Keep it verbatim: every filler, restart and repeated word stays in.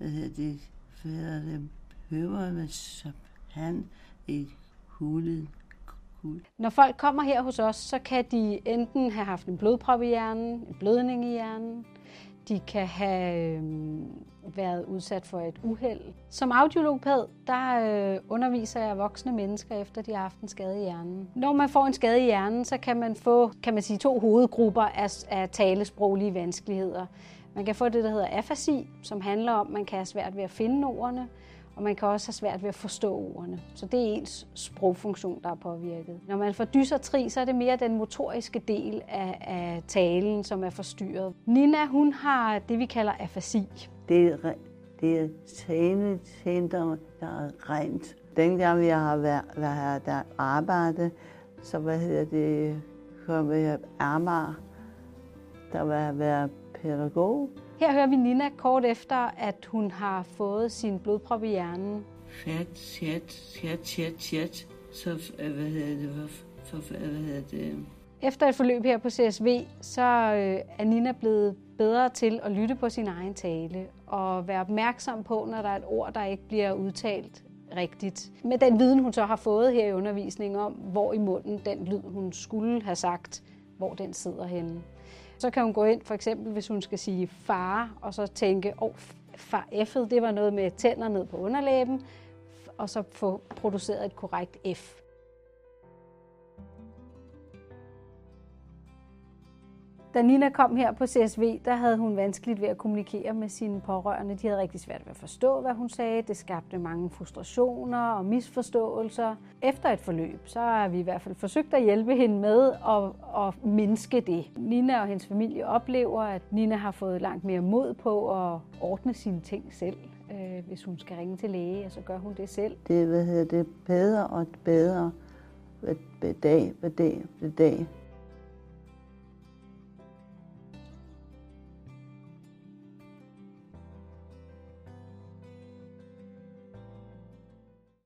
hvad hedder det, fader dem høverne, som han i hulen. Når folk kommer her hos os, så kan de enten have haft en blodprop i hjernen, en blødning i hjernen, de kan have øh, været udsat for et uheld. Som audiologopæd, der øh, underviser jeg voksne mennesker efter, de har haft en skade i hjernen. Når man får en skade i hjernen, så kan man få, kan man sige, to hovedgrupper af, af talesproglige vanskeligheder. Man kan få det, der hedder afasi, som handler om, at man kan have svært ved at finde ordene, og man kan også have svært ved at forstå ordene. Så det er ens sprogfunktion, der er påvirket. Når man får dysartri, så er det mere den motoriske del af, af talen, som er forstyrret. Nina, hun har det, vi kalder afasi. Det er, det er tænecenter, der er rent. Dengang jeg har været, været der arbejde, så hvad hedder det, kom jeg Amager, der var været pædagog. Her hører vi Nina kort efter, at hun har fået sin blodprop i hjernen. Chat, chat, chat, chat, chat. Så hvad hedder det? For, for, hvad hedder det? Efter et forløb her på C S V, så er Nina blevet bedre til at lytte på sin egen tale og være opmærksom på, når der er et ord, der ikke bliver udtalt rigtigt. Med den viden, hun så har fået her i undervisningen om, hvor i munden den lyd, hun skulle have sagt, hvor den sidder henne. Så kan hun gå ind, for eksempel hvis hun skal sige far, og så tænke, åh, oh, far F'et, det var noget med tænder ned på underlæben, og så få produceret et korrekt F. Da Nina kom her på C S V, der havde hun vanskeligt ved at kommunikere med sine pårørende. De havde rigtig svært ved at forstå, hvad hun sagde. Det skabte mange frustrationer og misforståelser. Efter et forløb, så har vi i hvert fald forsøgt at hjælpe hende med at, at mindske det. Nina og hendes familie oplever, at Nina har fået langt mere mod på at ordne sine ting selv. Hvis hun skal ringe til læge, så gør hun det selv. Det, hvad hedder det, bedre og bedre hver dag, hver dag, hver dag.